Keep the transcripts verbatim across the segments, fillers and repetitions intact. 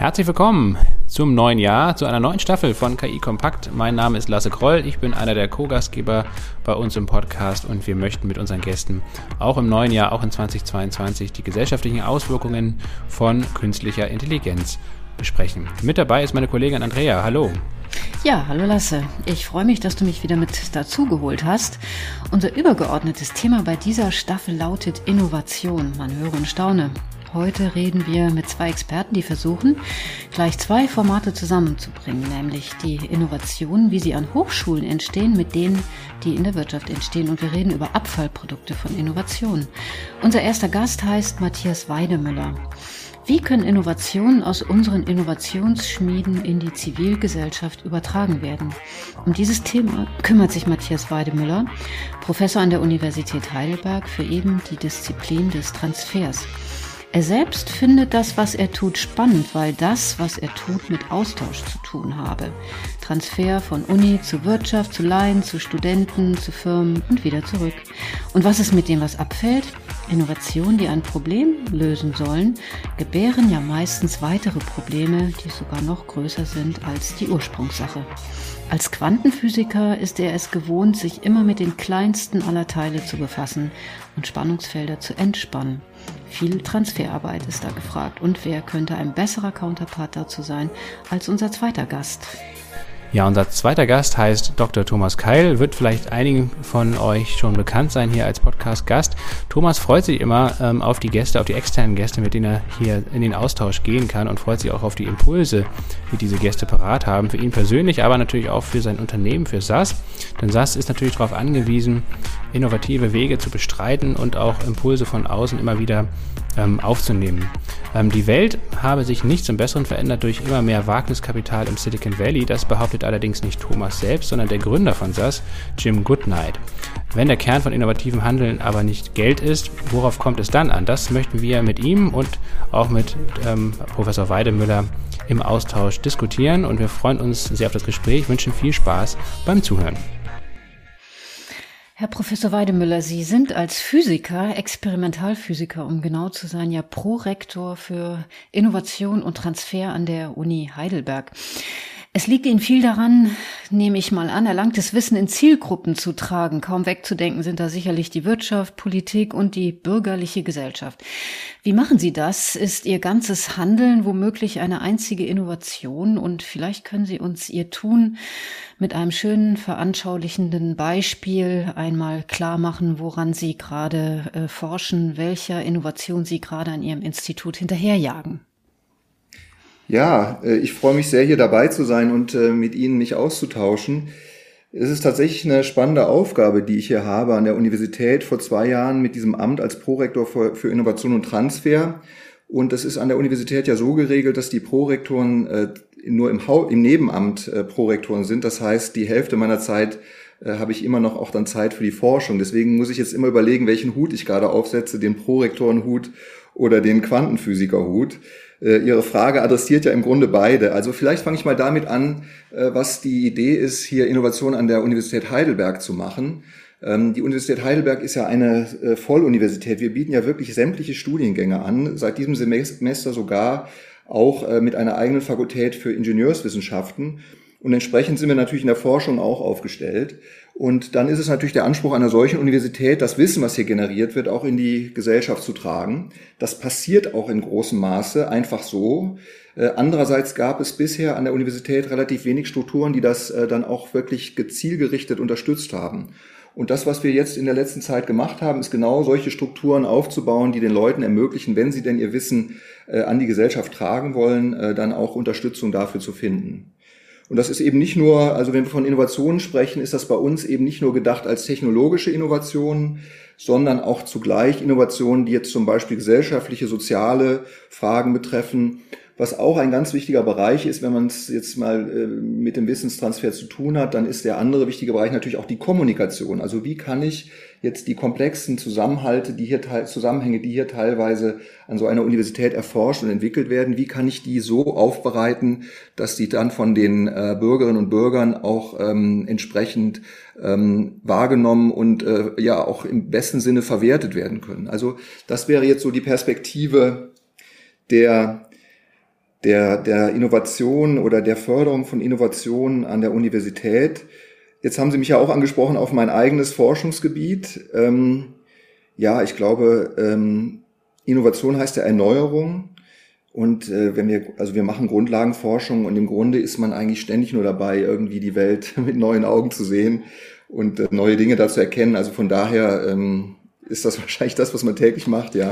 Herzlich willkommen zum neuen Jahr, zu einer neuen Staffel von K I Kompakt. Mein Name ist Lasse Kroll, ich bin einer der Co-Gastgeber bei uns im Podcast und wir möchten mit unseren Gästen auch im neuen Jahr, auch in zweitausendzweiundzwanzig, die gesellschaftlichen Auswirkungen von künstlicher Intelligenz besprechen. Mit dabei ist meine Kollegin Andrea. Hallo. Ja, hallo Lasse. Ich freue mich, dass du mich wieder mit dazugeholt hast. Unser übergeordnetes Thema bei dieser Staffel lautet Innovation. Man höre und staune. Heute reden wir mit zwei Experten, die versuchen, gleich zwei Formate zusammenzubringen, nämlich die Innovationen, wie sie an Hochschulen entstehen, mit denen, die in der Wirtschaft entstehen. Und wir reden über Abfallprodukte von Innovationen. Unser erster Gast heißt Matthias Weidemüller. Wie können Innovationen aus unseren Innovationsschmieden in die Zivilgesellschaft übertragen werden? Um dieses Thema kümmert sich Matthias Weidemüller, Professor an der Universität Heidelberg, für eben die Disziplin des Transfers. Er selbst findet das, was er tut, spannend, weil das, was er tut, mit Austausch zu tun habe. Transfer von Uni zu Wirtschaft, zu Laien, zu Studenten, zu Firmen und wieder zurück. Und was ist mit dem, was abfällt? Innovationen, die ein Problem lösen sollen, gebären ja meistens weitere Probleme, die sogar noch größer sind als die Ursprungssache. Als Quantenphysiker ist er es gewohnt, sich immer mit den kleinsten aller Teile zu befassen und Spannungsfelder zu entspannen. Viel Transferarbeit ist da gefragt. Und wer könnte ein besserer Counterpart dazu sein als unser zweiter Gast? Ja, unser zweiter Gast heißt Doktor Thomas Keil, wird vielleicht einigen von euch schon bekannt sein hier als Podcast-Gast. Thomas freut sich immer ähm, auf die Gäste, auf die externen Gäste, mit denen er hier in den Austausch gehen kann und freut sich auch auf die Impulse, die diese Gäste parat haben. Für ihn persönlich, aber natürlich auch für sein Unternehmen, für S A S. Denn S A S ist natürlich darauf angewiesen, innovative Wege zu bestreiten und auch Impulse von außen immer wieder ähm, aufzunehmen. Ähm, die Welt habe sich nicht zum Besseren verändert durch immer mehr Wagniskapital im Silicon Valley. Das behauptet allerdings nicht Thomas selbst, sondern der Gründer von S A S, Jim Goodnight. Wenn der Kern von innovativem Handeln aber nicht Geld ist, worauf kommt es dann an? Das möchten wir mit ihm und auch mit ähm, Professor Weidemüller im Austausch diskutieren und wir freuen uns sehr auf das Gespräch, wünschen viel Spaß beim Zuhören. Herr Professor Weidemüller, Sie sind als Physiker, Experimentalphysiker, um genau zu sein, ja Prorektor für Innovation und Transfer an der Uni Heidelberg. Es liegt Ihnen viel daran, nehme ich mal an, erlangtes Wissen in Zielgruppen zu tragen. Kaum wegzudenken sind da sicherlich die Wirtschaft, Politik und die bürgerliche Gesellschaft. Wie machen Sie das? Ist Ihr ganzes Handeln womöglich eine einzige Innovation? Und vielleicht können Sie uns Ihr Tun mit einem schönen, veranschaulichenden Beispiel einmal klar machen, woran Sie gerade äh, forschen, welcher Innovation Sie gerade an Ihrem Institut hinterherjagen. Ja, ich freue mich sehr, hier dabei zu sein und mit Ihnen mich auszutauschen. Es ist tatsächlich eine spannende Aufgabe, die ich hier habe an der Universität vor zwei Jahren mit diesem Amt als Prorektor für Innovation und Transfer. Und das ist an der Universität ja so geregelt, dass die Prorektoren nur im, Hau- im Nebenamt Prorektoren sind. Das heißt, die Hälfte meiner Zeit habe ich immer noch auch dann Zeit für die Forschung. Deswegen muss ich jetzt immer überlegen, welchen Hut ich gerade aufsetze, den Prorektorenhut oder den Quantenphysikerhut. Ihre Frage adressiert ja im Grunde beide. Also vielleicht fange ich mal damit an, was die Idee ist, hier Innovation an der Universität Heidelberg zu machen. Die Universität Heidelberg ist ja eine Volluniversität. Wir bieten ja wirklich sämtliche Studiengänge an, seit diesem Semester sogar auch mit einer eigenen Fakultät für Ingenieurswissenschaften. Und entsprechend sind wir natürlich in der Forschung auch aufgestellt. Und dann ist es natürlich der Anspruch einer solchen Universität, das Wissen, was hier generiert wird, auch in die Gesellschaft zu tragen. Das passiert auch in großem Maße einfach so. Äh, andererseits gab es bisher an der Universität relativ wenig Strukturen, die das äh, dann auch wirklich zielgerichtet unterstützt haben. Und das, was wir jetzt in der letzten Zeit gemacht haben, ist genau solche Strukturen aufzubauen, die den Leuten ermöglichen, wenn sie denn ihr Wissen äh, an die Gesellschaft tragen wollen, äh, dann auch Unterstützung dafür zu finden. Und das ist eben nicht nur, also wenn wir von Innovationen sprechen, ist das bei uns eben nicht nur gedacht als technologische Innovationen, sondern auch zugleich Innovationen, die jetzt zum Beispiel gesellschaftliche, soziale Fragen betreffen. Was auch ein ganz wichtiger Bereich ist, wenn man es jetzt mal äh, mit dem Wissenstransfer zu tun hat, dann ist der andere wichtige Bereich natürlich auch die Kommunikation. Also wie kann ich jetzt die komplexen Zusammenhalte, die hier Zusammenhänge, die hier teilweise an so einer Universität erforscht und entwickelt werden, wie kann ich die so aufbereiten, dass die dann von den äh, Bürgerinnen und Bürgern auch ähm, entsprechend ähm, wahrgenommen und äh, ja auch im besten Sinne verwertet werden können. Also das wäre jetzt so die Perspektive der der, der Innovation oder der Förderung von Innovationen an der Universität. Jetzt haben Sie mich ja auch angesprochen auf mein eigenes Forschungsgebiet. Ähm, ja, ich glaube, ähm, Innovation heißt ja Erneuerung. Und äh, wenn wir, also wir machen Grundlagenforschung und im Grunde ist man eigentlich ständig nur dabei, irgendwie die Welt mit neuen Augen zu sehen und äh, neue Dinge da zu erkennen. Also von daher ähm, ist das wahrscheinlich das, was man täglich macht, ja.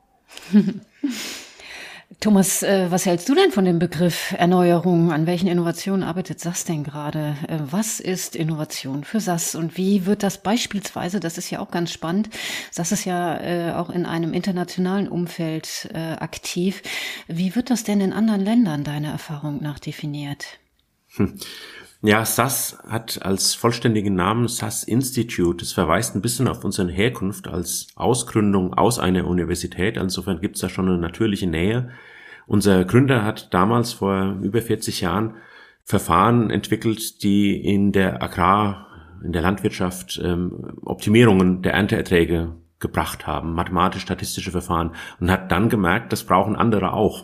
Thomas, äh, was hältst du denn von dem Begriff Erneuerung? An welchen Innovationen arbeitet S A S denn gerade? Äh, was ist Innovation für S A S und wie wird das beispielsweise, das ist ja auch ganz spannend, S A S ist ja äh, auch in einem internationalen Umfeld äh, aktiv. Wie wird das denn in anderen Ländern deiner Erfahrung nach definiert? Hm. Ja, S A S hat als vollständigen Namen S A S Institute. Das verweist ein bisschen auf unsere Herkunft als Ausgründung aus einer Universität. Insofern gibt es da schon eine natürliche Nähe. Unser Gründer hat damals vor über vierzig Jahren Verfahren entwickelt, die in der Agrar, in der Landwirtschaft ähm, Optimierungen der Ernteerträge gebracht haben, mathematisch-statistische Verfahren, und hat dann gemerkt, das brauchen andere auch.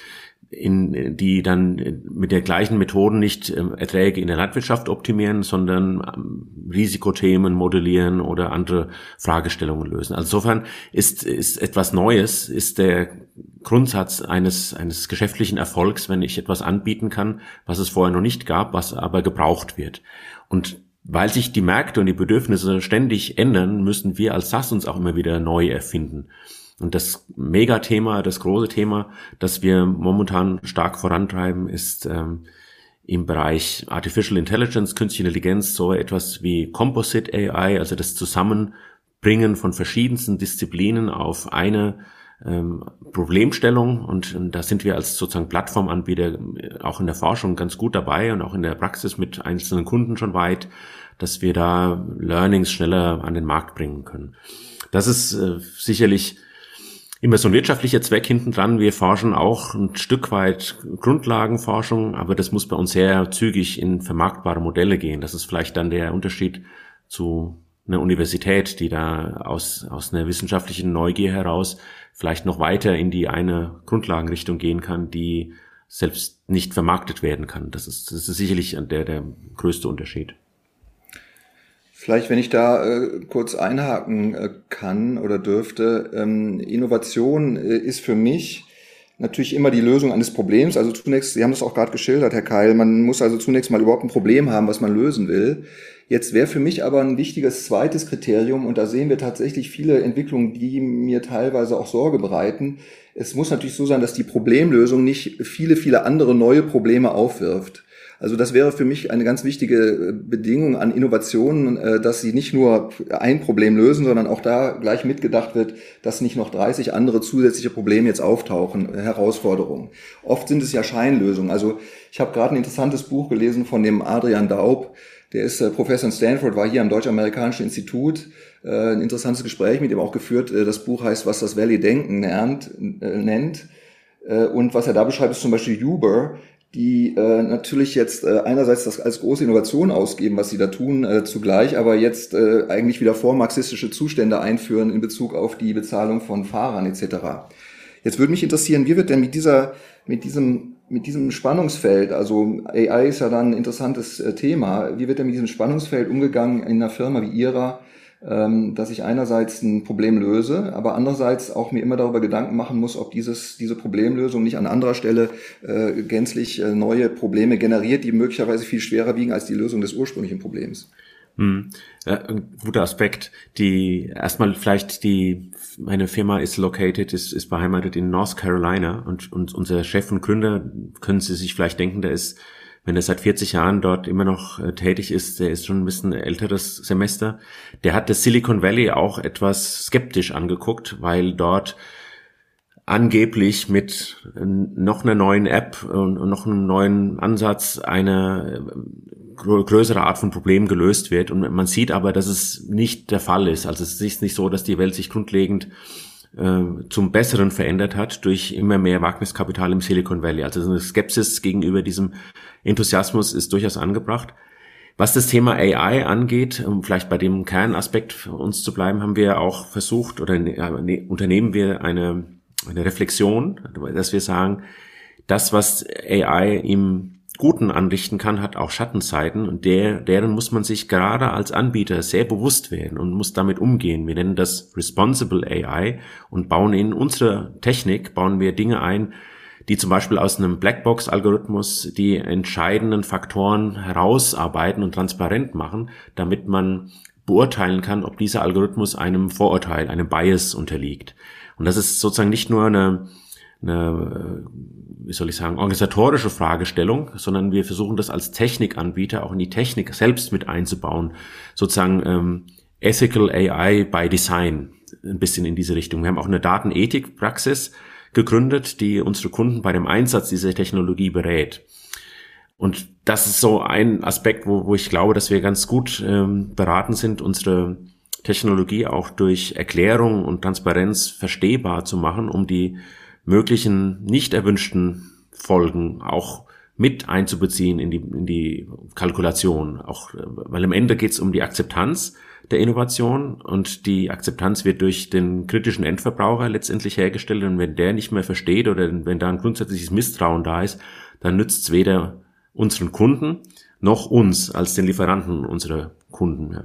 In, die dann mit der gleichen Methoden nicht ähm, Erträge in der Landwirtschaft optimieren, sondern ähm, Risikothemen modellieren oder andere Fragestellungen lösen. Also insofern ist, ist etwas Neues, ist der Grundsatz eines, eines geschäftlichen Erfolgs, wenn ich etwas anbieten kann, was es vorher noch nicht gab, was aber gebraucht wird. Und weil sich die Märkte und die Bedürfnisse ständig ändern, müssen wir als S A S uns auch immer wieder neu erfinden. Und das Megathema, das große Thema, das wir momentan stark vorantreiben, ist ähm, im Bereich Artificial Intelligence, künstliche Intelligenz, so etwas wie Composite A I, also das Zusammenbringen von verschiedensten Disziplinen auf eine ähm, Problemstellung. Und, und da sind wir als sozusagen Plattformanbieter auch in der Forschung ganz gut dabei und auch in der Praxis mit einzelnen Kunden schon weit, dass wir da Learnings schneller an den Markt bringen können. Das ist äh, sicherlich immer so ein wirtschaftlicher Zweck hinten dran. Wir forschen auch ein Stück weit Grundlagenforschung, aber das muss bei uns sehr zügig in vermarktbare Modelle gehen. Das ist vielleicht dann der Unterschied zu einer Universität, die da aus, aus einer wissenschaftlichen Neugier heraus vielleicht noch weiter in die eine Grundlagenrichtung gehen kann, die selbst nicht vermarktet werden kann. Das ist, das ist sicherlich der, der größte Unterschied. Vielleicht, wenn ich da äh, kurz einhaken äh, kann oder dürfte, ähm, Innovation äh, ist für mich natürlich immer die Lösung eines Problems. Also zunächst, Sie haben das auch gerade geschildert, Herr Keil, man muss also zunächst mal überhaupt ein Problem haben, was man lösen will. Jetzt wäre für mich aber ein wichtiges zweites Kriterium, und da sehen wir tatsächlich viele Entwicklungen, die mir teilweise auch Sorge bereiten. Es muss natürlich so sein, dass die Problemlösung nicht viele, viele andere neue Probleme aufwirft. Also das wäre für mich eine ganz wichtige Bedingung an Innovationen, dass sie nicht nur ein Problem lösen, sondern auch da gleich mitgedacht wird, dass nicht noch dreißig andere zusätzliche Probleme jetzt auftauchen, Herausforderungen. Oft sind es ja Scheinlösungen. Also ich habe gerade ein interessantes Buch gelesen von dem Adrian Daub, der ist Professor in Stanford, war hier am Deutsch-Amerikanischen Institut, ein interessantes Gespräch mit ihm auch geführt. Das Buch heißt, was das Valley Denken nennt. Und was er da beschreibt, ist zum Beispiel Uber, die äh, natürlich jetzt äh, einerseits das als große Innovation ausgeben, was sie da tun, äh, zugleich, aber jetzt äh, eigentlich wieder vormarxistische Zustände einführen in Bezug auf die Bezahlung von Fahrern et cetera. Jetzt würde mich interessieren, wie wird denn mit dieser, mit diesem, mit diesem Spannungsfeld, also A I ist ja dann ein interessantes äh, Thema, wie wird denn mit diesem Spannungsfeld umgegangen in einer Firma wie Ihrer, ähm, dass ich einerseits ein Problem löse, aber andererseits auch mir immer darüber Gedanken machen muss, ob dieses diese Problemlösung nicht an anderer Stelle äh, gänzlich äh, neue Probleme generiert, die möglicherweise viel schwerer wiegen als die Lösung des ursprünglichen Problems. Hm. Ja, ein guter Aspekt. Die erstmal vielleicht die meine Firma ist located, ist, ist beheimatet in North Carolina, und, und unser Chef und Gründer, können Sie sich vielleicht denken, der ist, wenn er seit vierzig Jahren dort immer noch äh, tätig ist, der ist schon ein bisschen älteres Semester, der hat das Silicon Valley auch etwas skeptisch angeguckt, weil dort angeblich mit äh, noch einer neuen App und, und noch einem neuen Ansatz eine äh, grö- größere Art von Problem gelöst wird. Und man sieht aber, dass es nicht der Fall ist. Also es ist nicht so, dass die Welt sich grundlegend zum Besseren verändert hat durch immer mehr Wagniskapital im Silicon Valley. Also eine Skepsis gegenüber diesem Enthusiasmus ist durchaus angebracht. Was das Thema A I angeht, um vielleicht bei dem Kernaspekt für uns zu bleiben, haben wir auch versucht oder ne, unternehmen wir eine, eine Reflexion, dass wir sagen, das, was A I im Guten anrichten kann, hat auch Schattenseiten und der, deren muss man sich gerade als Anbieter sehr bewusst werden und muss damit umgehen. Wir nennen das Responsible A I und bauen in unsere Technik, bauen wir Dinge ein, die zum Beispiel aus einem Blackbox-Algorithmus die entscheidenden Faktoren herausarbeiten und transparent machen, damit man beurteilen kann, ob dieser Algorithmus einem Vorurteil, einem Bias unterliegt. Und das ist sozusagen nicht nur eine eine, wie soll ich sagen, organisatorische Fragestellung, sondern wir versuchen das als Technikanbieter auch in die Technik selbst mit einzubauen. Sozusagen ähm, Ethical A I by Design, ein bisschen in diese Richtung. Wir haben auch eine Datenethikpraxis gegründet, die unsere Kunden bei dem Einsatz dieser Technologie berät. Und das ist so ein Aspekt, wo, wo ich glaube, dass wir ganz gut ähm, beraten sind, unsere Technologie auch durch Erklärung und Transparenz verstehbar zu machen, um die möglichen nicht erwünschten Folgen auch mit einzubeziehen in die in die Kalkulation, auch weil am Ende geht es um die Akzeptanz der Innovation und die Akzeptanz wird durch den kritischen Endverbraucher letztendlich hergestellt und wenn der nicht mehr versteht oder wenn da ein grundsätzliches Misstrauen da ist, dann nützt es weder unseren Kunden noch uns als den Lieferanten unserer Kunden.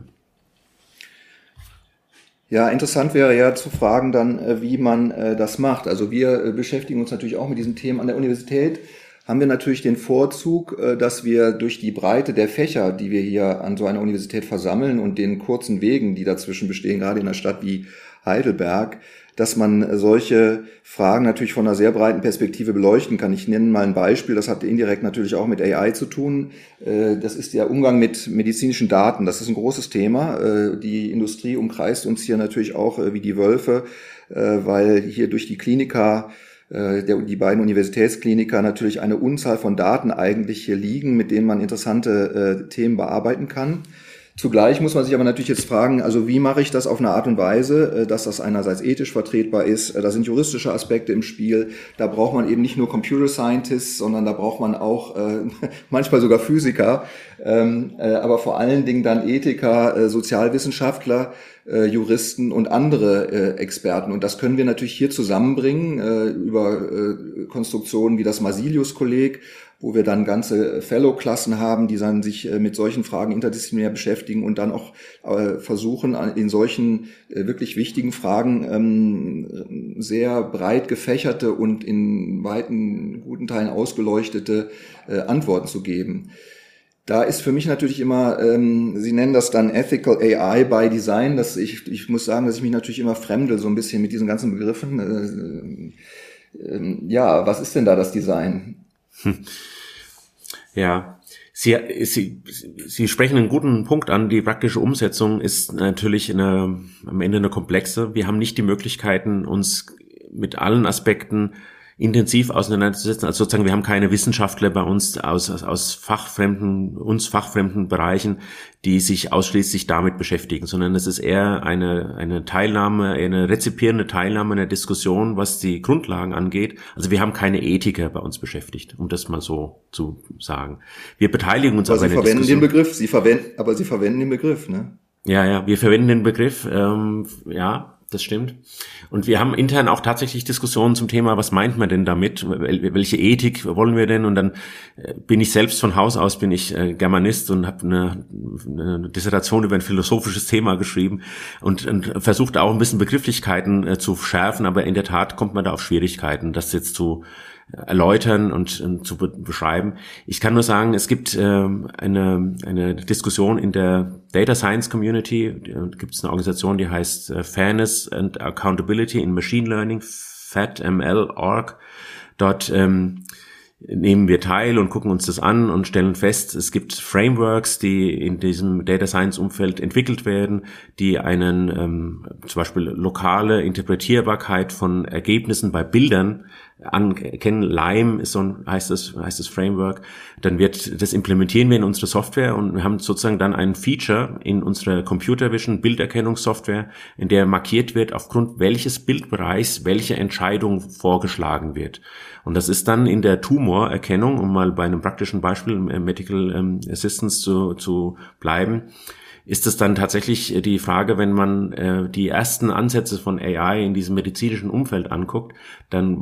Ja, interessant wäre ja zu fragen dann, wie man das macht. Also wir beschäftigen uns natürlich auch mit diesen Themen. An der Universität haben wir natürlich den Vorzug, dass wir durch die Breite der Fächer, die wir hier an so einer Universität versammeln und den kurzen Wegen, die dazwischen bestehen, gerade in einer Stadt wie Heidelberg, dass man solche Fragen natürlich von einer sehr breiten Perspektive beleuchten kann. Ich nenne mal ein Beispiel, das hat indirekt natürlich auch mit A I zu tun. Das ist der Umgang mit medizinischen Daten. Das ist ein großes Thema. Die Industrie umkreist uns hier natürlich auch wie die Wölfe, weil hier durch die Kliniker, die beiden Universitätskliniker natürlich eine Unzahl von Daten eigentlich hier liegen, mit denen man interessante Themen bearbeiten kann. Zugleich muss man sich aber natürlich jetzt fragen, also wie mache ich das auf eine Art und Weise, dass das einerseits ethisch vertretbar ist, da sind juristische Aspekte im Spiel, da braucht man eben nicht nur Computer Scientists, sondern da braucht man auch äh, manchmal sogar Physiker, ähm, äh, aber vor allen Dingen dann Ethiker, äh, Sozialwissenschaftler, äh, Juristen und andere äh, Experten. Und das können wir natürlich hier zusammenbringen äh, über äh, Konstruktionen wie das Masilius-Kolleg, wo wir dann ganze Fellow-Klassen haben, die dann sich mit solchen Fragen interdisziplinär beschäftigen und dann auch versuchen, in solchen wirklich wichtigen Fragen sehr breit gefächerte und in weiten, guten Teilen ausgeleuchtete Antworten zu geben. Da ist für mich natürlich immer, ähm, Sie nennen das dann Ethical A I by Design, dass ich, ich muss sagen, dass ich mich natürlich immer fremdel so ein bisschen mit diesen ganzen Begriffen. Äh, äh, ja, was ist denn da das Design? Ja, Sie, Sie, Sie sprechen einen guten Punkt an. Die praktische Umsetzung ist natürlich eine, am Ende eine komplexe. Wir haben nicht die Möglichkeiten, uns mit allen Aspekten intensiv auseinanderzusetzen. Also sozusagen, wir haben keine Wissenschaftler bei uns aus, aus, aus fachfremden, uns fachfremden Bereichen, die sich ausschließlich damit beschäftigen, sondern es ist eher eine, eine Teilnahme, eine rezipierende Teilnahme in der Diskussion, was die Grundlagen angeht. Also wir haben keine Ethiker bei uns beschäftigt, um das mal so zu sagen. Wir beteiligen uns aber aber Sie an der verwenden Diskussion. den Begriff, Sie verwenden, aber Sie verwenden den Begriff, ne? Ja, ja, wir verwenden den Begriff, ähm, ja. Das stimmt. Und wir haben intern auch tatsächlich Diskussionen zum Thema, was meint man denn damit? Welche Ethik wollen wir denn? Und dann bin ich selbst von Haus aus, bin ich Germanist und habe eine, eine Dissertation über ein philosophisches Thema geschrieben und, und versucht auch ein bisschen Begrifflichkeiten äh, zu schärfen, aber in der Tat kommt man da auf Schwierigkeiten, das jetzt zu erläutern und, und zu be- beschreiben. Ich kann nur sagen, es gibt äh, eine, eine Diskussion in der Data Science Community. Da gibt es eine Organisation, die heißt äh, Fairness and Accountability in Machine Learning, F A T M L Punkt org. Dort ähm, nehmen wir teil und gucken uns das an und stellen fest, es gibt Frameworks, die in diesem Data Science Umfeld entwickelt werden, die einen ähm, zum Beispiel lokale Interpretierbarkeit von Ergebnissen bei Bildern anerkennen. Lime ist so ein, heißt das, heißt das Framework. Dann wird, das implementieren wir in unsere Software und wir haben sozusagen dann ein Feature in unserer Computer Vision Bilderkennungssoftware, in der markiert wird, aufgrund welches Bildbereichs welche Entscheidung vorgeschlagen wird. Und das ist dann in der Tumorerkennung, um mal bei einem praktischen Beispiel Medical Assistance zu, zu bleiben, ist es dann tatsächlich die Frage, wenn man äh, die ersten Ansätze von A I in diesem medizinischen Umfeld anguckt, dann war so eine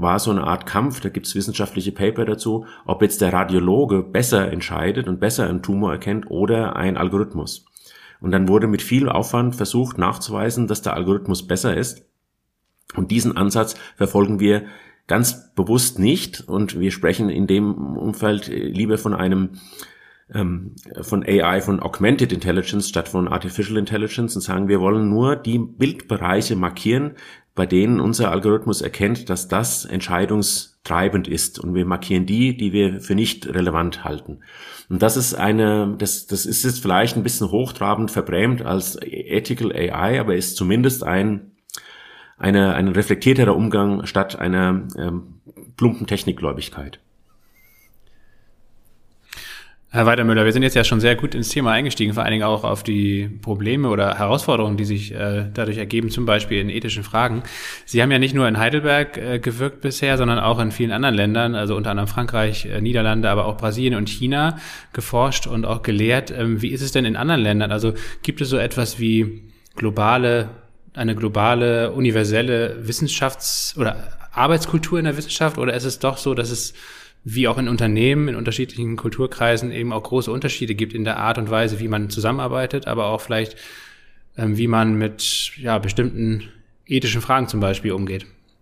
Art Kampf, da gibt es wissenschaftliche Paper dazu, ob jetzt der Radiologe besser entscheidet und besser einen Tumor erkennt oder ein Algorithmus. Und dann wurde mit viel Aufwand versucht nachzuweisen, dass der Algorithmus besser ist. Und diesen Ansatz verfolgen wir ganz bewusst nicht. Und wir sprechen in dem Umfeld lieber von einem ähm, von A I, von Augmented Intelligence statt von Artificial Intelligence und sagen, wir wollen nur die Bildbereiche markieren, bei denen unser Algorithmus erkennt, dass das entscheidungstreibend ist. Und wir markieren die, die wir für nicht relevant halten. Und das ist eine, das, das ist jetzt vielleicht ein bisschen hochtrabend verbrämt als Ethical A I, aber ist zumindest ein, eine, ein reflektierterer Umgang statt einer ähm, plumpen Technikgläubigkeit. Herr Weidermüller, wir sind jetzt ja schon sehr gut ins Thema eingestiegen, vor allen Dingen auch auf die Probleme oder Herausforderungen, die sich äh, dadurch ergeben, zum Beispiel in ethischen Fragen. Sie haben ja nicht nur in Heidelberg äh, gewirkt bisher, sondern auch in vielen anderen Ländern, also unter anderem Frankreich, äh, Niederlande, aber auch Brasilien und China geforscht und auch gelehrt. Ähm, wie ist es denn in anderen Ländern? Also gibt es so etwas wie globale, eine globale, universelle Wissenschafts- oder Arbeitskultur in der Wissenschaft, oder ist es doch so, dass es wie auch in Unternehmen, in unterschiedlichen Kulturkreisen eben auch große Unterschiede gibt in der Art und Weise, wie man zusammenarbeitet, aber auch vielleicht, ähm, wie man mit ja, bestimmten ethischen Fragen zum Beispiel umgeht?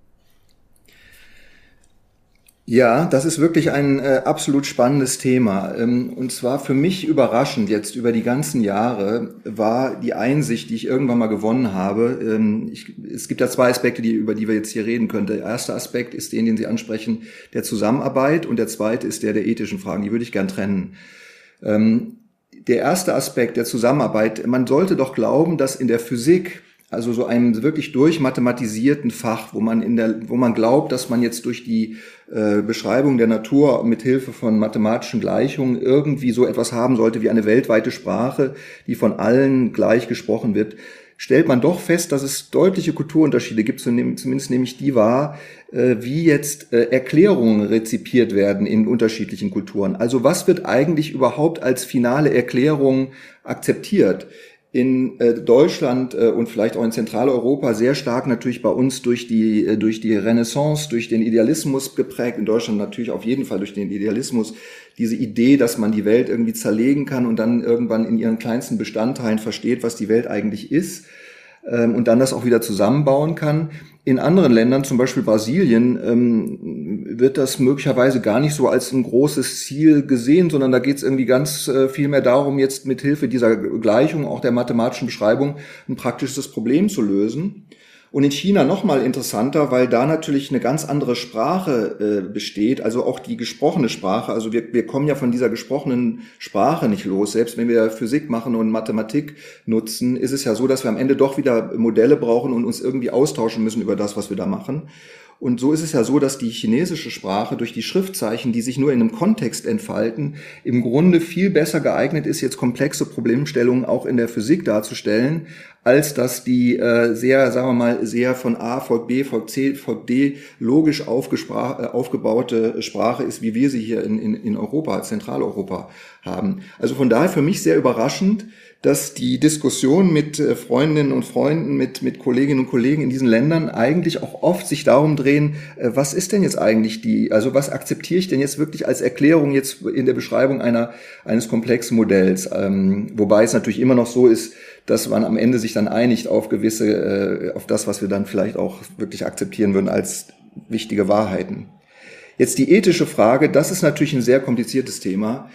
Ja, das ist wirklich ein äh, absolut spannendes Thema. Ähm, und zwar für mich überraschend jetzt über die ganzen Jahre war die Einsicht, die ich irgendwann mal gewonnen habe. Ähm, ich, es gibt ja zwei Aspekte, die, über die wir jetzt hier reden können. Der erste Aspekt ist den, den Sie ansprechen, der Zusammenarbeit, und der zweite ist der der ethischen Fragen. Die würde ich gern trennen. Ähm, der erste Aspekt der Zusammenarbeit, man sollte doch glauben, dass in der Physik, also so einem wirklich durchmathematisierten Fach, wo man in der, wo man glaubt, dass man jetzt durch die äh, Beschreibung der Natur mit Hilfe von mathematischen Gleichungen irgendwie so etwas haben sollte wie eine weltweite Sprache, die von allen gleich gesprochen wird, stellt man doch fest, dass es deutliche Kulturunterschiede gibt, zumindest nehme ich die wahr, äh, wie jetzt äh, Erklärungen rezipiert werden in unterschiedlichen Kulturen. Also was wird eigentlich überhaupt als finale Erklärung akzeptiert? In äh, Deutschland äh, und vielleicht auch in Zentraleuropa sehr stark natürlich bei uns durch die äh, durch die Renaissance, durch den Idealismus geprägt. In Deutschland natürlich auf jeden Fall durch den Idealismus. Diese Idee, dass man die Welt irgendwie zerlegen kann und dann irgendwann in ihren kleinsten Bestandteilen versteht, was die Welt eigentlich ist, ähm, und dann das auch wieder zusammenbauen kann. In anderen Ländern, zum Beispiel Brasilien, ähm, wird das möglicherweise gar nicht so als ein großes Ziel gesehen, sondern da geht es irgendwie ganz äh, viel mehr darum, jetzt mit Hilfe dieser Gleichung, auch der mathematischen Beschreibung, ein praktisches Problem zu lösen. Und in China nochmal interessanter, weil da natürlich eine ganz andere Sprache äh, besteht, also auch die gesprochene Sprache. Also wir, wir kommen ja von dieser gesprochenen Sprache nicht los. Selbst wenn wir Physik machen und Mathematik nutzen, ist es ja so, dass wir am Ende doch wieder Modelle brauchen und uns irgendwie austauschen müssen über das, was wir da machen. Und so ist es ja so, dass die chinesische Sprache durch die Schriftzeichen, die sich nur in einem Kontext entfalten, im Grunde viel besser geeignet ist, jetzt komplexe Problemstellungen auch in der Physik darzustellen, als dass die äh, sehr, sagen wir mal, sehr von A folgt B, folgt C, folgt D logisch äh, aufgebaute Sprache ist, wie wir sie hier in, in, in Europa, Zentraleuropa haben. Also von daher für mich sehr überraschend, dass die Diskussion mit Freundinnen und Freunden, mit, mit Kolleginnen und Kollegen in diesen Ländern eigentlich auch oft sich darum drehen, was ist denn jetzt eigentlich die, also was akzeptiere ich denn jetzt wirklich als Erklärung jetzt in der Beschreibung einer, eines komplexen Modells, ähm, wobei es natürlich immer noch so ist, dass man am Ende sich dann einigt auf gewisse, äh, auf das, was wir dann vielleicht auch wirklich akzeptieren würden als wichtige Wahrheiten. Jetzt die ethische Frage, das ist natürlich ein sehr kompliziertes Thema.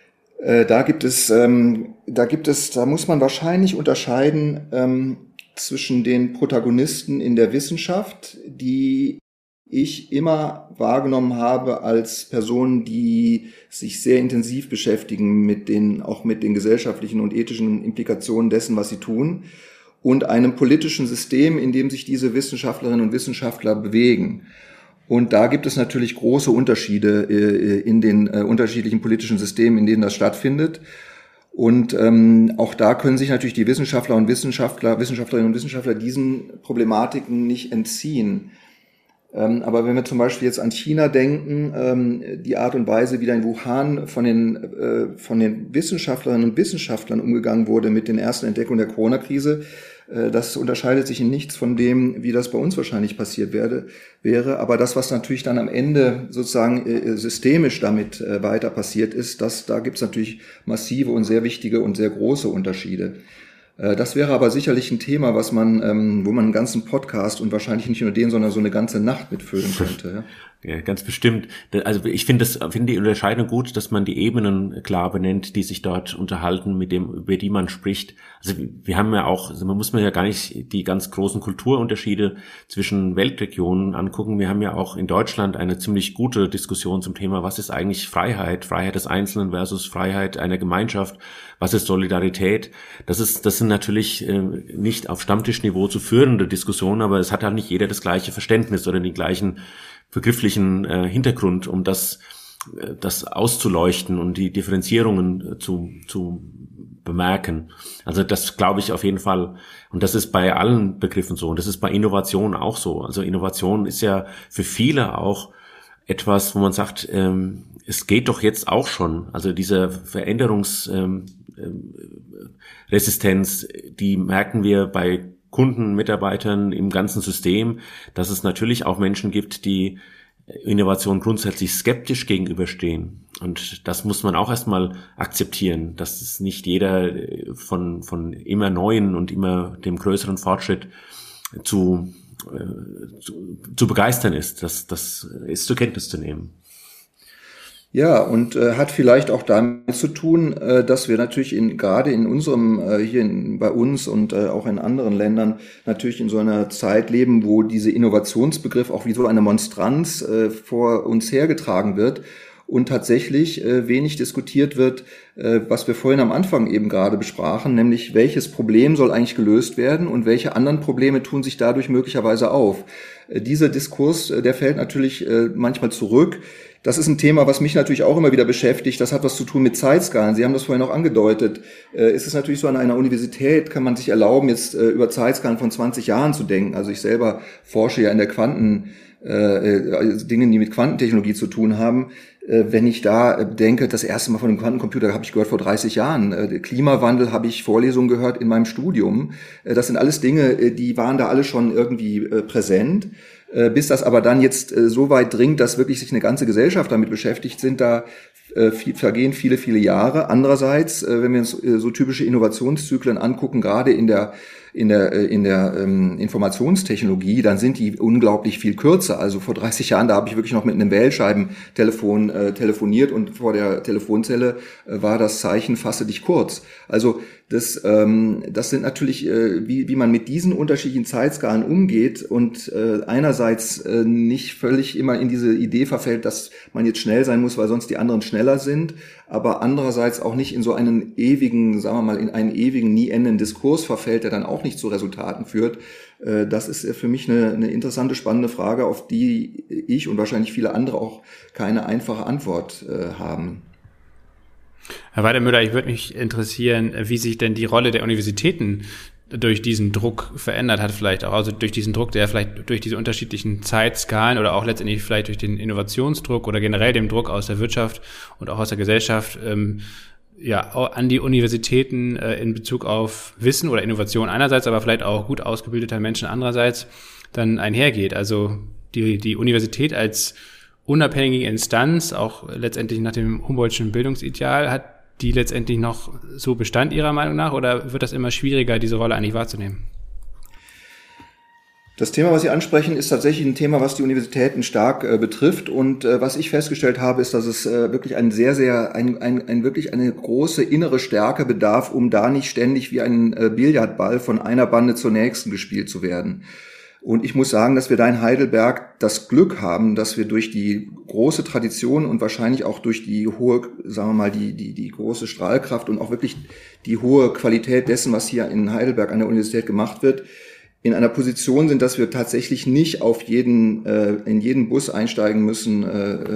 Da gibt es, ähm, da gibt es, da muss man wahrscheinlich unterscheiden ähm, zwischen den Protagonisten in der Wissenschaft, die ich immer wahrgenommen habe als Personen, die sich sehr intensiv beschäftigen mit den, auch mit den gesellschaftlichen und ethischen Implikationen dessen, was sie tun, und einem politischen System, in dem sich diese Wissenschaftlerinnen und Wissenschaftler bewegen. Und da gibt es natürlich große Unterschiede äh, in den äh, unterschiedlichen politischen Systemen, in denen das stattfindet. Und ähm, auch da können sich natürlich die Wissenschaftler und Wissenschaftler, Wissenschaftlerinnen und Wissenschaftler diesen Problematiken nicht entziehen. Ähm, aber wenn wir zum Beispiel jetzt an China denken, ähm, die Art und Weise, wie da in Wuhan von den, äh, von den Wissenschaftlerinnen und Wissenschaftlern umgegangen wurde mit den ersten Entdeckungen der Corona-Krise, äh, das unterscheidet sich in nichts von dem, wie das bei uns wahrscheinlich passiert werde, wäre. Aber das, was natürlich dann am Ende sozusagen äh, systemisch damit äh, weiter passiert ist, das, da gibt es natürlich massive und sehr wichtige und sehr große Unterschiede. Das wäre aber sicherlich ein Thema, was man, ähm, wo man einen ganzen Podcast und wahrscheinlich nicht nur den, sondern so eine ganze Nacht mitfüllen könnte. Ja. Ja, ganz bestimmt. Also ich finde das, finde die Unterscheidung gut, dass man die Ebenen klar benennt, die sich dort unterhalten, mit dem, über die man spricht. Also wir haben ja auch, also man muss man ja gar nicht die ganz großen Kulturunterschiede zwischen Weltregionen angucken. Wir haben ja auch in Deutschland eine ziemlich gute Diskussion zum Thema, was ist eigentlich Freiheit? Freiheit des Einzelnen versus Freiheit einer Gemeinschaft. Was ist Solidarität? Das ist, das sind natürlich äh, nicht auf Stammtischniveau zu führende Diskussionen, aber es hat halt nicht jeder das gleiche Verständnis oder die gleichen begrifflichen äh, Hintergrund, um das äh, das auszuleuchten und die Differenzierungen äh, zu zu bemerken. Also das glaube ich auf jeden Fall, und das ist bei allen Begriffen so, und das ist bei Innovation auch so. Also Innovation ist ja für viele auch etwas, wo man sagt, ähm, es geht doch jetzt auch schon. Also diese Veränderungsresistenz, ähm, die merken wir bei Kunden, Mitarbeitern im ganzen System, dass es natürlich auch Menschen gibt, die Innovation grundsätzlich skeptisch gegenüberstehen. Und das muss man auch erstmal akzeptieren, dass es nicht jeder von, von immer neuen und immer dem größeren Fortschritt zu, äh, zu, zu begeistern ist. Das, das ist zur Kenntnis zu nehmen. Ja, und äh, hat vielleicht auch damit zu tun, äh, dass wir natürlich in, gerade in unserem, äh, hier in, bei uns und äh, auch in anderen Ländern natürlich in so einer Zeit leben, wo diese Innovationsbegriff auch wie so eine Monstranz äh, vor uns hergetragen wird und tatsächlich äh, wenig diskutiert wird, äh, was wir vorhin am Anfang eben gerade besprachen, nämlich welches Problem soll eigentlich gelöst werden und welche anderen Probleme tun sich dadurch möglicherweise auf. Äh, dieser Diskurs, äh, der fällt natürlich äh, manchmal zurück. Das ist ein Thema, was mich natürlich auch immer wieder beschäftigt. Das hat was zu tun mit Zeitskalen. Sie haben das vorhin auch angedeutet. Äh, ist es natürlich so, an einer Universität kann man sich erlauben, jetzt äh, über Zeitskalen von zwanzig Jahren zu denken. Also ich selber forsche ja in der Quanten, äh, Dingen, die mit Quantentechnologie zu tun haben. Äh, wenn ich da denke, das erste Mal von dem Quantencomputer habe ich gehört vor dreißig Jahren. Äh, Klimawandel habe ich Vorlesungen gehört in meinem Studium. Äh, das sind alles Dinge, die waren da alle schon irgendwie äh, präsent. Bis das aber dann jetzt äh, so weit dringt, dass wirklich sich eine ganze Gesellschaft damit beschäftigt, sind da äh, viel, vergehen viele, viele Jahre. Andererseits, äh, wenn wir uns äh, so typische Innovationszyklen angucken, gerade in der in der in der ähm, Informationstechnologie, dann sind die unglaublich viel kürzer. Also vor dreißig Jahren, da habe ich wirklich noch mit einem Wählscheibentelefon äh, telefoniert und vor der Telefonzelle äh, war das Zeichen "Fasse dich kurz". Also das ähm, das sind natürlich äh, wie wie man mit diesen unterschiedlichen Zeitskalen umgeht und äh, einerseits äh, nicht völlig immer in diese Idee verfällt, dass man jetzt schnell sein muss, weil sonst die anderen schneller sind, aber andererseits auch nicht in so einen ewigen, sagen wir mal, in einen ewigen, nie endenden Diskurs verfällt, der dann auch nicht zu Resultaten führt. Das ist für mich eine, eine interessante, spannende Frage, auf die ich und wahrscheinlich viele andere auch keine einfache Antwort haben. Herr Weidermüller, ich würde mich interessieren, wie sich denn die Rolle der Universitäten durch diesen Druck verändert hat, vielleicht auch, also durch diesen Druck, der vielleicht durch diese unterschiedlichen Zeitskalen oder auch letztendlich vielleicht durch den Innovationsdruck oder generell dem Druck aus der Wirtschaft und auch aus der Gesellschaft ähm, ja an die Universitäten äh, in Bezug auf Wissen oder Innovation einerseits, aber vielleicht auch gut ausgebildeter Menschen andererseits dann einhergeht. Also die die Universität als unabhängige Instanz, auch letztendlich nach dem Humboldtschen Bildungsideal, hat die letztendlich noch so Bestand Ihrer Meinung nach, oder wird das immer schwieriger, diese Rolle eigentlich wahrzunehmen? Das Thema, was Sie ansprechen, ist tatsächlich ein Thema, was die Universitäten stark äh, betrifft. Und äh, was ich festgestellt habe, ist, dass es äh, wirklich ein sehr, sehr, ein, ein, ein wirklich eine große innere Stärke bedarf, um da nicht ständig wie ein äh, Billardball von einer Bande zur nächsten gespielt zu werden. Und ich muss sagen, dass wir da in Heidelberg das Glück haben, dass wir durch die große Tradition und wahrscheinlich auch durch die hohe, sagen wir mal, die, die, die große Strahlkraft und auch wirklich die hohe Qualität dessen, was hier in Heidelberg an der Universität gemacht wird, in einer Position sind, dass wir tatsächlich nicht auf jeden, äh, in jeden Bus einsteigen müssen, äh,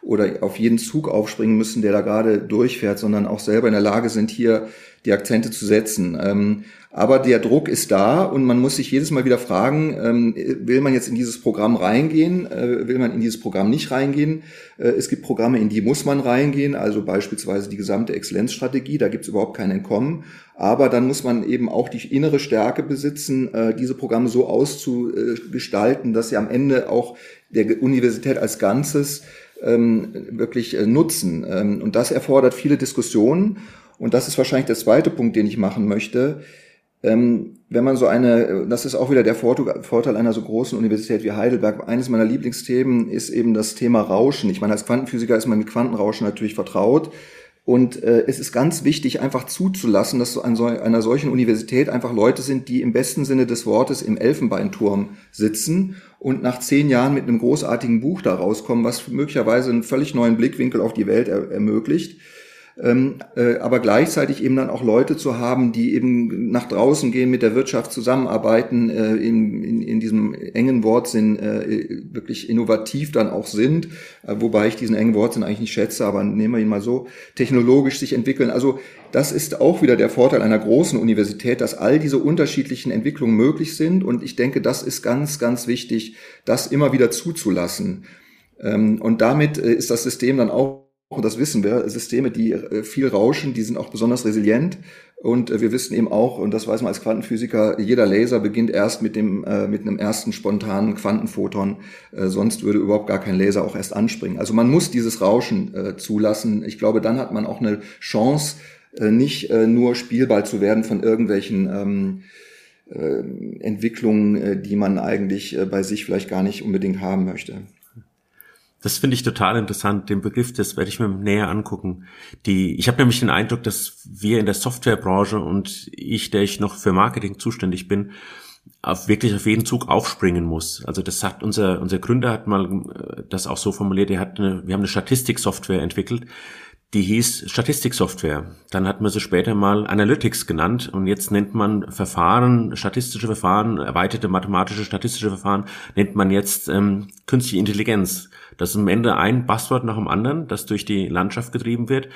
oder auf jeden Zug aufspringen müssen, der da gerade durchfährt, sondern auch selber in der Lage sind, hier die Akzente zu setzen. Ähm, aber der Druck ist da und man muss sich jedes Mal wieder fragen, ähm, will man jetzt in dieses Programm reingehen, äh, will man in dieses Programm nicht reingehen? Äh, es gibt Programme, in die muss man reingehen, also beispielsweise die gesamte Exzellenzstrategie, da gibt es überhaupt kein Entkommen. Aber dann muss man eben auch die innere Stärke besitzen, äh, diese Programme so auszugestalten, dass sie am Ende auch der Universität als Ganzes ähm, wirklich äh, nutzen. Ähm, und das erfordert viele Diskussionen. Und das ist wahrscheinlich der zweite Punkt, den ich machen möchte. Ähm, wenn man so eine, das ist auch wieder der Vorteil einer so großen Universität wie Heidelberg. Eines meiner Lieblingsthemen ist eben das Thema Rauschen. Ich meine, als Quantenphysiker ist man mit Quantenrauschen natürlich vertraut. Und äh, es ist ganz wichtig, einfach zuzulassen, dass so an so einer solchen Universität einfach Leute sind, die im besten Sinne des Wortes im Elfenbeinturm sitzen und nach zehn Jahren mit einem großartigen Buch da rauskommen, was möglicherweise einen völlig neuen Blickwinkel auf die Welt er- ermöglicht. Ähm, äh, aber gleichzeitig eben dann auch Leute zu haben, die eben nach draußen gehen, mit der Wirtschaft zusammenarbeiten, äh, in, in, in diesem engen Wortsinn äh, wirklich innovativ dann auch sind, äh, wobei ich diesen engen Wortsinn eigentlich nicht schätze, aber nehmen wir ihn mal so, technologisch sich entwickeln. Also das ist auch wieder der Vorteil einer großen Universität, dass all diese unterschiedlichen Entwicklungen möglich sind und ich denke, das ist ganz, ganz wichtig, das immer wieder zuzulassen. Ähm, und damit äh, ist das System dann auch, und das wissen wir, Systeme, die viel rauschen, die sind auch besonders resilient. Und wir wissen eben auch, und das weiß man als Quantenphysiker, jeder Laser beginnt erst mit dem äh, mit einem ersten spontanen Quantenphoton. Äh, sonst würde überhaupt gar kein Laser auch erst anspringen. Also man muss dieses Rauschen äh, zulassen. Ich glaube, dann hat man auch eine Chance, äh, nicht äh, nur Spielball zu werden von irgendwelchen ähm, äh, Entwicklungen, äh, die man eigentlich äh, bei sich vielleicht gar nicht unbedingt haben möchte. Das finde ich total interessant, den Begriff, das werde ich mir näher angucken. Die, ich habe nämlich den Eindruck, dass wir in der Softwarebranche und ich, der ich noch für Marketing zuständig bin, auf wirklich auf jeden Zug aufspringen muss. Also das sagt unser unser Gründer hat mal das auch so formuliert, er hat eine, wir haben eine Statistiksoftware entwickelt, die hieß Statistiksoftware. Dann hat man sie später mal Analytics genannt und jetzt nennt man Verfahren, statistische Verfahren, erweiterte mathematische statistische Verfahren, nennt man jetzt ähm, künstliche Intelligenz. Das ist am Ende ein Buzzword nach dem anderen, das durch die Landschaft getrieben wird.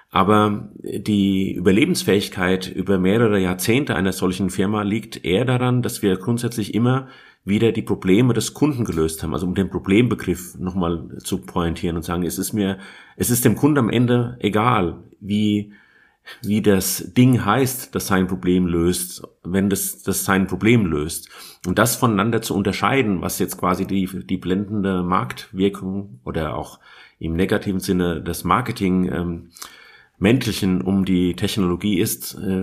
Aber die Überlebensfähigkeit über mehrere Jahrzehnte einer solchen Firma liegt eher daran, dass wir grundsätzlich immer wieder die Probleme des Kunden gelöst haben. Also um den Problembegriff nochmal zu pointieren und sagen, es ist mir, es ist dem Kunden am Ende egal, wie wie das Ding heißt, das sein Problem löst, wenn das, das sein Problem löst. Und das voneinander zu unterscheiden, was jetzt quasi die, die blendende Marktwirkung oder auch im negativen Sinne das Marketing ähm, Mäntelchen um die Technologie ist, äh,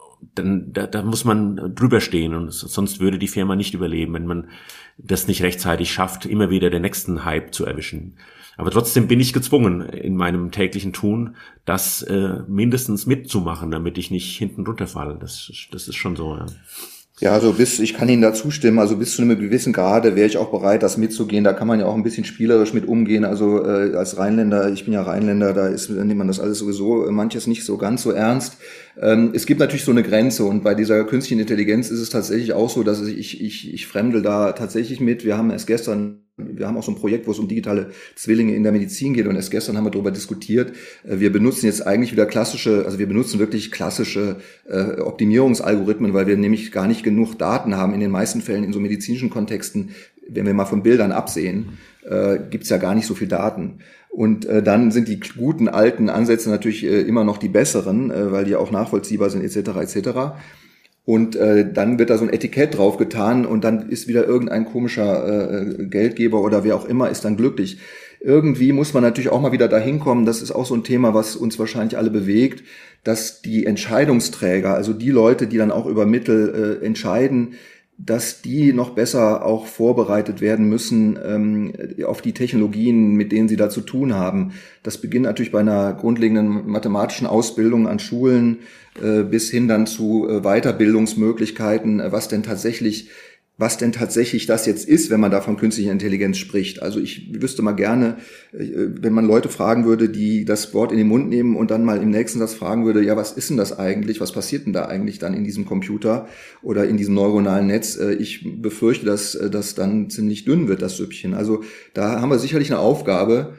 dann da, da muss man drüber stehen und sonst würde die Firma nicht überleben, wenn man das nicht rechtzeitig schafft, immer wieder den nächsten Hype zu erwischen. Aber trotzdem bin ich gezwungen, in meinem täglichen Tun das äh, mindestens mitzumachen, damit ich nicht hinten runterfalle. Das, das ist schon so, ja. Ja, also bis, ich kann Ihnen da zustimmen, also bis zu einem gewissen Grade wäre ich auch bereit, das mitzugehen. Da kann man ja auch ein bisschen spielerisch mit umgehen. Also äh, als Rheinländer, ich bin ja Rheinländer, da ist, nimmt man das alles sowieso manches nicht so ganz so ernst. Ähm, es gibt natürlich so eine Grenze und bei dieser künstlichen Intelligenz ist es tatsächlich auch so, dass ich, ich, ich fremdel da tatsächlich mit. Wir haben erst gestern Wir haben auch so ein Projekt, wo es um digitale Zwillinge in der Medizin geht und erst gestern haben wir darüber diskutiert. Wir benutzen jetzt eigentlich wieder klassische, also wir benutzen wirklich klassische äh, Optimierungsalgorithmen, weil wir nämlich gar nicht genug Daten haben. In den meisten Fällen in so medizinischen Kontexten, wenn wir mal von Bildern absehen, äh, gibt es ja gar nicht so viel Daten. Und äh, dann sind die guten alten Ansätze natürlich äh, immer noch die besseren, äh, weil die auch nachvollziehbar sind et cetera et cetera. Und äh, dann wird da so ein Etikett drauf getan und dann ist wieder irgendein komischer äh, Geldgeber oder wer auch immer ist dann glücklich. Irgendwie muss man natürlich auch mal wieder dahin kommen, das ist auch so ein Thema, was uns wahrscheinlich alle bewegt, dass die Entscheidungsträger, also die Leute, die dann auch über Mittel äh, entscheiden, dass die noch besser auch vorbereitet werden müssen ähm, auf die Technologien, mit denen sie da zu tun haben. Das beginnt natürlich bei einer grundlegenden mathematischen Ausbildung an Schulen äh, bis hin dann zu äh, Weiterbildungsmöglichkeiten, äh, was denn tatsächlich was denn tatsächlich das jetzt ist, wenn man da von künstlicher Intelligenz spricht. Also ich wüsste mal gerne, wenn man Leute fragen würde, die das Wort in den Mund nehmen und dann mal im nächsten Satz fragen würde, ja, was ist denn das eigentlich? Was passiert denn da eigentlich dann in diesem Computer oder in diesem neuronalen Netz? Ich befürchte, dass das dann ziemlich dünn wird, das Süppchen. Also da haben wir sicherlich eine Aufgabe.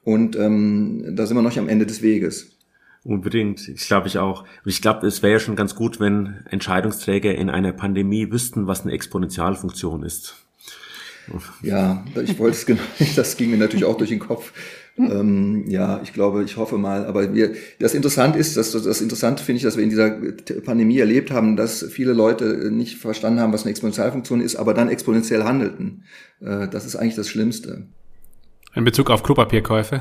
Und ähm, da sind wir noch am Ende des Weges. Unbedingt, ich glaube ich auch. Und ich glaube, es wäre ja schon ganz gut, wenn Entscheidungsträger in einer Pandemie wüssten, was eine Exponentialfunktion ist. Ja, ich wollte es genau, das ging mir natürlich auch durch den Kopf. Ähm, ja, ich glaube, ich hoffe mal, aber wir, das Interessante ist, dass das Interessante finde ich, dass wir in dieser Pandemie erlebt haben, dass viele Leute nicht verstanden haben, was eine Exponentialfunktion ist, aber dann exponentiell handelten. Äh, das ist eigentlich das Schlimmste. In Bezug auf Klopapierkäufe?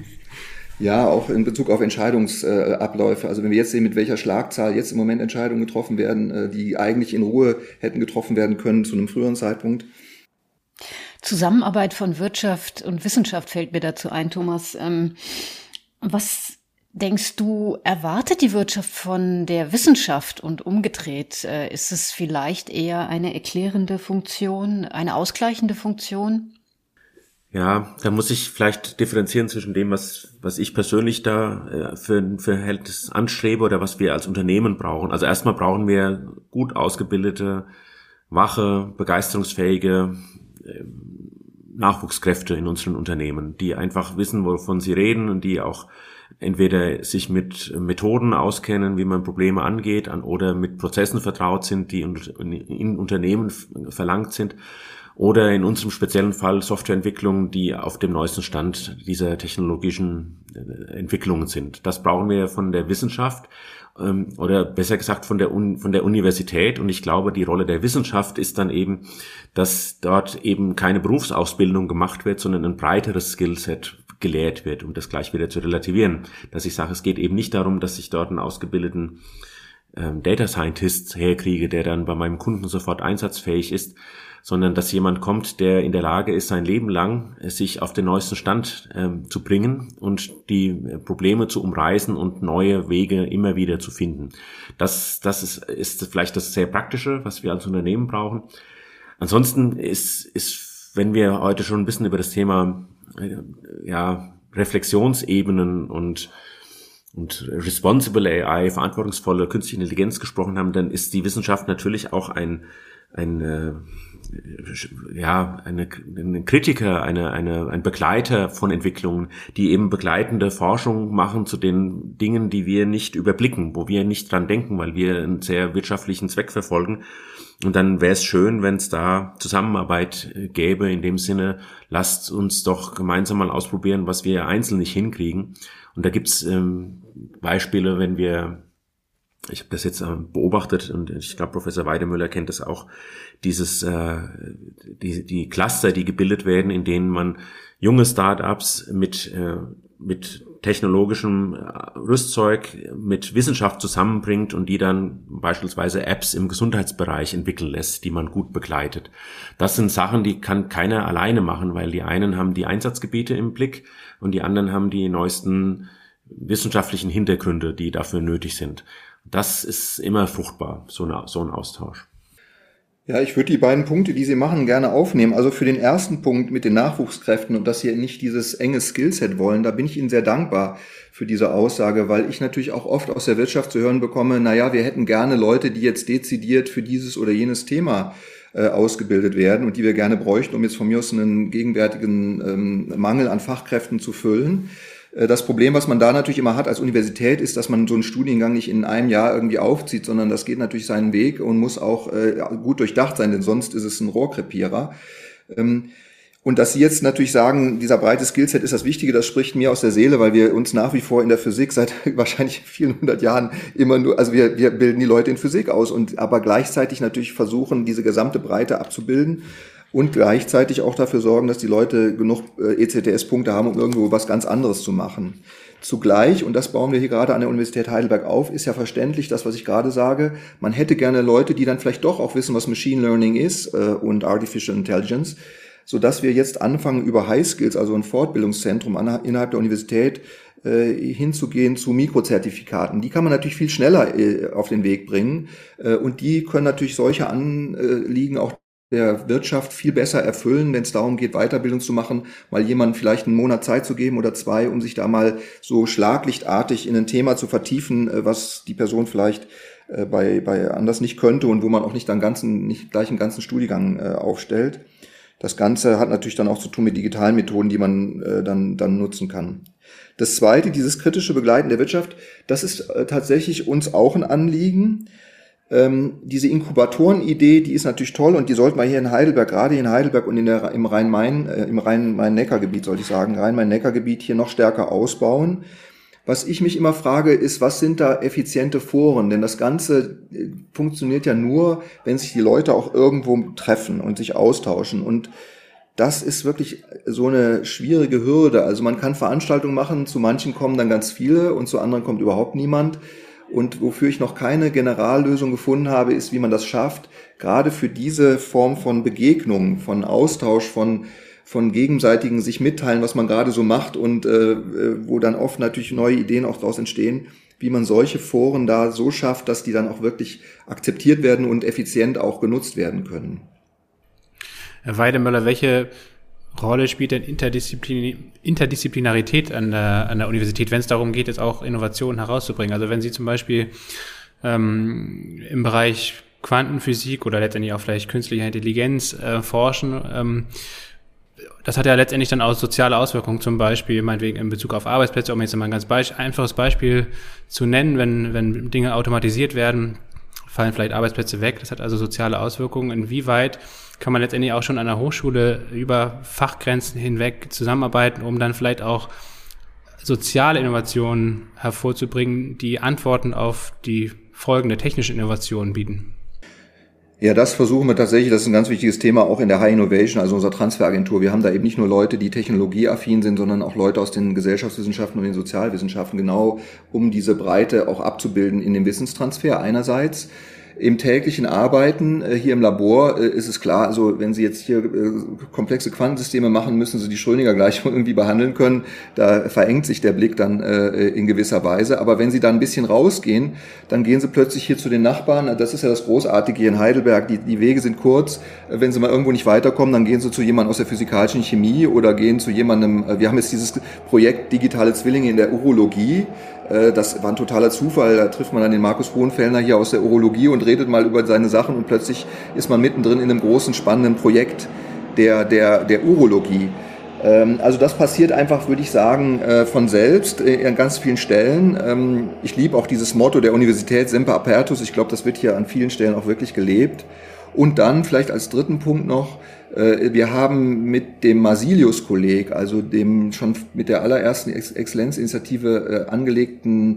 Ja, auch in Bezug auf Entscheidungsabläufe. Also wenn wir jetzt sehen, mit welcher Schlagzahl jetzt im Moment Entscheidungen getroffen werden, die eigentlich in Ruhe hätten getroffen werden können zu einem früheren Zeitpunkt. Zusammenarbeit von Wirtschaft und Wissenschaft fällt mir dazu ein, Thomas. Ähm, was denkst du, erwartet die Wirtschaft von der Wissenschaft und umgedreht? Äh, ist es vielleicht eher eine erklärende Funktion, eine ausgleichende Funktion? Ja, da muss ich vielleicht differenzieren zwischen dem, was was ich persönlich da äh, für ein Verhältnis anstrebe oder was wir als Unternehmen brauchen. Also erstmal brauchen wir gut ausgebildete, wache, begeisterungsfähige äh, Nachwuchskräfte in unseren Unternehmen, die einfach wissen, wovon sie reden und die auch entweder sich mit Methoden auskennen, wie man Probleme angeht, an, oder mit Prozessen vertraut sind, die in, in Unternehmen verlangt sind. Oder in unserem speziellen Fall Softwareentwicklung, die auf dem neuesten Stand dieser technologischen Entwicklungen sind. Das brauchen wir von der Wissenschaft ähm, oder besser gesagt von der Un- von der Universität. Und ich glaube, die Rolle der Wissenschaft ist dann eben, dass dort eben keine Berufsausbildung gemacht wird, sondern ein breiteres Skillset gelehrt wird, um das gleich wieder zu relativieren. Dass ich sage, es geht eben nicht darum, dass ich dort einen ausgebildeten ähm, Data Scientist herkriege, der dann bei meinem Kunden sofort einsatzfähig ist, sondern dass jemand kommt, der in der Lage ist, sein Leben lang sich auf den neuesten Stand ähm, zu bringen und die Probleme zu umreißen und neue Wege immer wieder zu finden. Das, das ist, ist vielleicht das sehr Praktische, was wir als Unternehmen brauchen. Ansonsten ist, ist, wenn wir heute schon ein bisschen über das Thema äh, ja, Reflexionsebenen und und Responsible A I, verantwortungsvolle künstliche Intelligenz gesprochen haben, dann ist die Wissenschaft natürlich auch ein ein äh, ja eine, ein Kritiker, eine eine ein Begleiter von Entwicklungen, die eben begleitende Forschung machen zu den Dingen, die wir nicht überblicken, wo wir nicht dran denken, weil wir einen sehr wirtschaftlichen Zweck verfolgen. Und dann wäre es schön, wenn es da Zusammenarbeit gäbe, in dem Sinne, lasst uns doch gemeinsam mal ausprobieren, was wir einzeln nicht hinkriegen. Und da gibt's ähm, Beispiele, wenn wir, ich habe das jetzt äh, beobachtet und ich glaube, Professor Weidemüller kennt das auch, dieses äh, die die Cluster, die gebildet werden, in denen man junge Startups mit äh, mit technologischem Rüstzeug, mit Wissenschaft zusammenbringt und die dann beispielsweise Apps im Gesundheitsbereich entwickeln lässt, die man gut begleitet. Das sind Sachen, die kann keiner alleine machen, weil die einen haben die Einsatzgebiete im Blick und die anderen haben die neuesten wissenschaftlichen Hintergründe, die dafür nötig sind. Das ist immer fruchtbar, so, eine, so ein Austausch. Ja, ich würde die beiden Punkte, die Sie machen, gerne aufnehmen. Also für den ersten Punkt mit den Nachwuchskräften und dass Sie nicht dieses enge Skillset wollen, da bin ich Ihnen sehr dankbar für diese Aussage, weil ich natürlich auch oft aus der Wirtschaft zu hören bekomme, naja, wir hätten gerne Leute, die jetzt dezidiert für dieses oder jenes Thema äh, ausgebildet werden und die wir gerne bräuchten, um jetzt von mir aus einen gegenwärtigen ähm, Mangel an Fachkräften zu füllen. Das Problem, was man da natürlich immer hat als Universität, ist, dass man so einen Studiengang nicht in einem Jahr irgendwie aufzieht, sondern das geht natürlich seinen Weg und muss auch äh, gut durchdacht sein, denn sonst ist es ein Rohrkrepierer. Ähm, und dass Sie jetzt natürlich sagen, dieser breite Skillset ist das Wichtige, das spricht mir aus der Seele, weil wir uns nach wie vor in der Physik seit wahrscheinlich vielen hundert Jahren immer nur, also wir, wir bilden die Leute in Physik aus und aber gleichzeitig natürlich versuchen, diese gesamte Breite abzubilden. Und gleichzeitig auch dafür sorgen, dass die Leute genug E C T S-Punkte haben, um irgendwo was ganz anderes zu machen. Zugleich, und das bauen wir hier gerade an der Universität Heidelberg auf, ist ja verständlich, das, was ich gerade sage, man hätte gerne Leute, die dann vielleicht doch auch wissen, was Machine Learning ist äh, und Artificial Intelligence, sodass wir jetzt anfangen, über High Skills, also ein Fortbildungszentrum an, innerhalb der Universität, äh, hinzugehen zu Mikrozertifikaten. Die kann man natürlich viel schneller äh, auf den Weg bringen äh, und die können natürlich solche Anliegen auch der Wirtschaft viel besser erfüllen, wenn es darum geht, Weiterbildung zu machen, mal jemandem vielleicht einen Monat Zeit zu geben oder zwei, um sich da mal so schlaglichtartig in ein Thema zu vertiefen, was die Person vielleicht bei bei anders nicht könnte und wo man auch nicht dann ganzen nicht gleich einen ganzen Studiengang aufstellt. Das Ganze hat natürlich dann auch zu tun mit digitalen Methoden, die man äh, dann, dann nutzen kann. Das Zweite, dieses kritische Begleiten der Wirtschaft, das ist äh, tatsächlich uns auch ein Anliegen. Ähm, diese Inkubatoren-Idee, die ist natürlich toll und die sollten wir hier in Heidelberg, gerade in Heidelberg und in der, im Rhein-Main, äh, im Rhein-Main-Neckar-Gebiet, sollte ich sagen, Rhein-Main-Neckar-Gebiet hier noch stärker ausbauen. Was ich mich immer frage, ist, was sind da effiziente Foren? Denn das Ganze funktioniert ja nur, wenn sich die Leute auch irgendwo treffen und sich austauschen. Und das ist wirklich so eine schwierige Hürde. Also man kann Veranstaltungen machen, zu manchen kommen dann ganz viele und zu anderen kommt überhaupt niemand. Und wofür ich noch keine Generallösung gefunden habe, ist, wie man das schafft, gerade für diese Form von Begegnung, von Austausch, von von gegenseitigen sich mitteilen, was man gerade so macht und äh, wo dann oft natürlich neue Ideen auch daraus entstehen, wie man solche Foren da so schafft, dass die dann auch wirklich akzeptiert werden und effizient auch genutzt werden können. Herr Weidemöller, welche Rolle spielt denn Interdisziplin- Interdisziplinarität an der, an der Universität, wenn es darum geht, jetzt auch Innovationen herauszubringen? Also wenn Sie zum Beispiel ähm, im Bereich Quantenphysik oder letztendlich auch vielleicht künstliche Intelligenz äh, forschen, ähm, das hat ja letztendlich dann auch soziale Auswirkungen, zum Beispiel meinetwegen in Bezug auf Arbeitsplätze, um jetzt mal ein ganz Be- einfaches Beispiel zu nennen, wenn, wenn Dinge automatisiert werden, fallen vielleicht Arbeitsplätze weg. Das hat also soziale Auswirkungen. Inwieweit kann man letztendlich auch schon an der Hochschule über Fachgrenzen hinweg zusammenarbeiten, um dann vielleicht auch soziale Innovationen hervorzubringen, die Antworten auf die folgende technische Innovationen bieten? Ja, das versuchen wir tatsächlich, das ist ein ganz wichtiges Thema, auch in der High Innovation, also unserer Transferagentur. Wir haben da eben nicht nur Leute, die technologieaffin sind, sondern auch Leute aus den Gesellschaftswissenschaften und den Sozialwissenschaften, genau um diese Breite auch abzubilden in dem Wissenstransfer einerseits. Im täglichen Arbeiten äh, hier im Labor äh, ist es klar, also wenn Sie jetzt hier äh, komplexe Quantensysteme machen, müssen Sie die Schrödinger-Gleichung irgendwie behandeln können. Da verengt sich der Blick dann äh, in gewisser Weise. Aber wenn Sie da ein bisschen rausgehen, dann gehen Sie plötzlich hier zu den Nachbarn. Das ist ja das Großartige hier in Heidelberg. Die, die Wege sind kurz. Wenn Sie mal irgendwo nicht weiterkommen, dann gehen Sie zu jemandem aus der physikalischen Chemie oder gehen zu jemandem, äh, wir haben jetzt dieses Projekt Digitale Zwillinge in der Urologie. Das war ein totaler Zufall, da trifft man dann den Markus Hohenfellner hier aus der Urologie und redet mal über seine Sachen und plötzlich ist man mittendrin in einem großen, spannenden Projekt der, der, der Urologie. Also das passiert einfach, würde ich sagen, von selbst an ganz vielen Stellen. Ich liebe auch dieses Motto der Universität Semper Apertus, ich glaube, das wird hier an vielen Stellen auch wirklich gelebt. Und dann vielleicht als dritten Punkt noch, wir haben mit dem Masilius-Kolleg, also dem schon mit der allerersten Exzellenzinitiative angelegten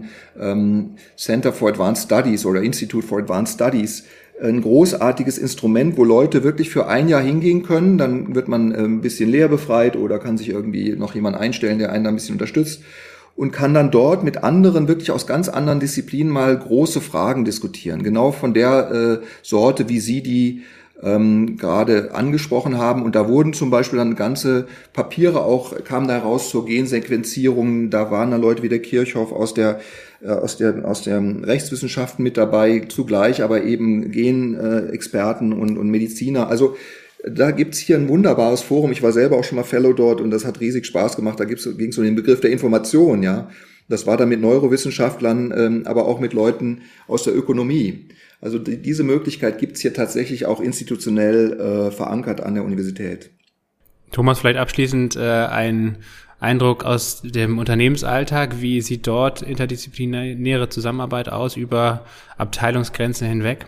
Center for Advanced Studies oder Institute for Advanced Studies, ein großartiges Instrument, wo Leute wirklich für ein Jahr hingehen können. Dann wird man ein bisschen lehrbefreit oder kann sich irgendwie noch jemand einstellen, der einen da ein bisschen unterstützt. Und kann dann dort mit anderen, wirklich aus ganz anderen Disziplinen mal große Fragen diskutieren. Genau von der äh, Sorte, wie Sie die ähm, gerade angesprochen haben. Und da wurden zum Beispiel dann ganze Papiere auch, kamen da heraus zur Gensequenzierung. Da waren dann Leute wie der Kirchhoff aus der, äh, aus der, aus der Rechtswissenschaften mit dabei, zugleich aber eben Genexperten und, und Mediziner. Also, da gibt's hier ein wunderbares Forum. Ich war selber auch schon mal Fellow dort und das hat riesig Spaß gemacht. Da ging es um den Begriff der Information, ja. Das war dann mit Neurowissenschaftlern, ähm, aber auch mit Leuten aus der Ökonomie. Also die, diese Möglichkeit gibt's hier tatsächlich auch institutionell äh, verankert an der Universität. Thomas, vielleicht abschließend äh, ein Eindruck aus dem Unternehmensalltag. Wie sieht dort interdisziplinäre Zusammenarbeit aus über Abteilungsgrenzen hinweg?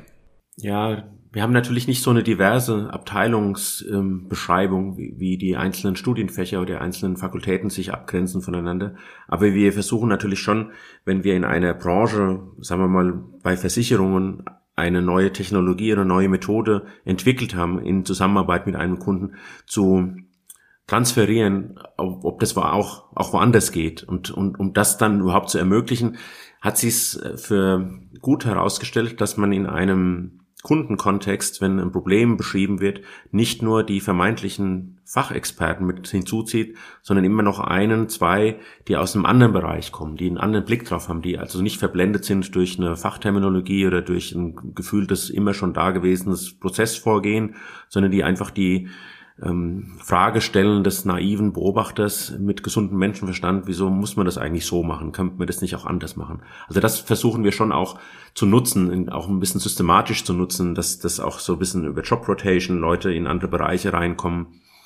Ja, wir haben natürlich nicht so eine diverse Abteilungsbeschreibung, ähm, wie, wie die einzelnen Studienfächer oder die einzelnen Fakultäten sich abgrenzen voneinander. Aber wir versuchen natürlich schon, wenn wir in einer Branche, sagen wir mal bei Versicherungen, eine neue Technologie oder neue Methode entwickelt haben, in Zusammenarbeit mit einem Kunden zu transferieren, ob, ob das auch, auch woanders geht. Und, und um das dann überhaupt zu ermöglichen, hat sie es für gut herausgestellt, dass man in einem Kundenkontext, wenn ein Problem beschrieben wird, nicht nur die vermeintlichen Fachexperten mit hinzuzieht, sondern immer noch einen, zwei, die aus einem anderen Bereich kommen, die einen anderen Blick drauf haben, die also nicht verblendet sind durch eine Fachterminologie oder durch ein gefühltes, immer schon dagewesenes Prozessvorgehen, sondern die einfach die ähm, Frage stellen des naiven Beobachters mit gesundem Menschenverstand, wieso muss man das eigentlich so machen? Könnte man das nicht auch anders machen? Also das versuchen wir schon auch zu nutzen, auch ein bisschen systematisch zu nutzen, dass das auch so ein bisschen über Job Rotation Leute in andere Bereiche reinkommen.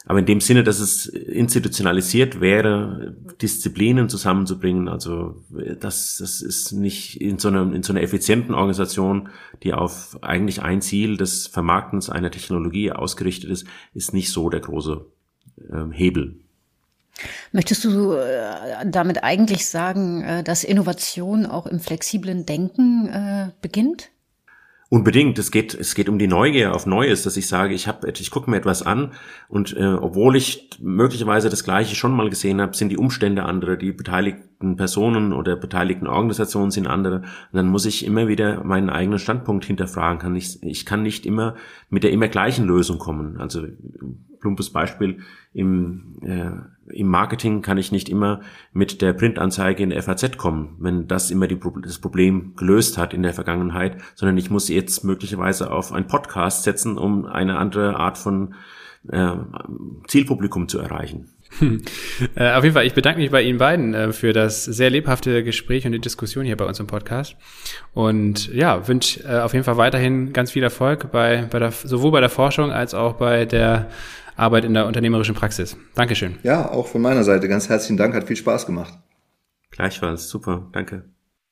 aber in dem Sinne, dass es institutionalisiert wäre, Disziplinen zusammenzubringen, also das, das ist nicht in so einer, in so einer effizienten Organisation, die auf eigentlich ein Ziel des Vermarktens einer Technologie ausgerichtet ist, ist nicht so der große äh, Hebel. Möchtest du äh, damit eigentlich sagen, äh, dass Innovation auch im flexiblen Denken äh, beginnt? Unbedingt. Es geht, es geht um die Neugier auf Neues, dass ich sage, ich habe, ich gucke mir etwas an und äh, obwohl ich möglicherweise das Gleiche schon mal gesehen habe, sind die Umstände andere, die beteiligten Personen oder beteiligten Organisationen sind andere. Und dann muss ich immer wieder meinen eigenen Standpunkt hinterfragen. Kann ich, ich kann nicht immer mit der immer gleichen Lösung kommen. Also plumpes Beispiel, im, äh, im Marketing kann ich nicht immer mit der Printanzeige in der F A Z kommen, wenn das immer die, das Problem gelöst hat in der Vergangenheit, sondern ich muss jetzt möglicherweise auf einen Podcast setzen, um eine andere Art von äh, Zielpublikum zu erreichen. Hm. Äh, auf jeden Fall, ich bedanke mich bei Ihnen beiden äh, für das sehr lebhafte Gespräch und die Diskussion hier bei uns im Podcast. Und ja, wünsche äh, auf jeden Fall weiterhin ganz viel Erfolg bei, bei der, sowohl bei der Forschung als auch bei der Arbeit in der unternehmerischen Praxis. Dankeschön. Ja, auch von meiner Seite ganz herzlichen Dank, hat viel Spaß gemacht. Gleichfalls, super, danke.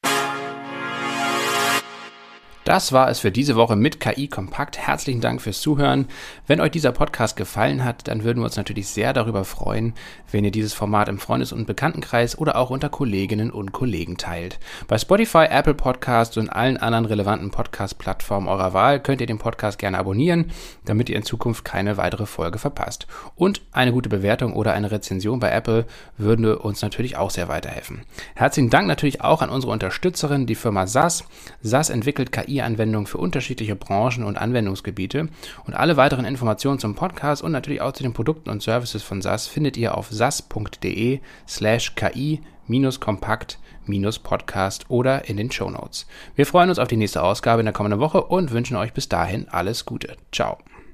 Das war es für diese Woche mit K I Kompakt. Herzlichen Dank fürs Zuhören. Wenn euch dieser Podcast gefallen hat, dann würden wir uns natürlich sehr darüber freuen, wenn ihr dieses Format im Freundes- und Bekanntenkreis oder auch unter Kolleginnen und Kollegen teilt. Bei Spotify, Apple Podcasts und allen anderen relevanten Podcast-Plattformen eurer Wahl könnt ihr den Podcast gerne abonnieren, damit ihr in Zukunft keine weitere Folge verpasst. Und eine gute Bewertung oder eine Rezension bei Apple würde uns natürlich auch sehr weiterhelfen. Herzlichen Dank natürlich auch an unsere Unterstützerin, die Firma S A S. S A S entwickelt K I Anwendungen für unterschiedliche Branchen und Anwendungsgebiete und alle weiteren Informationen zum Podcast und natürlich auch zu den Produkten und Services von S A S findet ihr auf sas.de slash ki minus kompakt minus podcast oder in den Shownotes. Wir freuen uns auf die nächste Ausgabe in der kommenden Woche und wünschen euch bis dahin alles Gute. Ciao.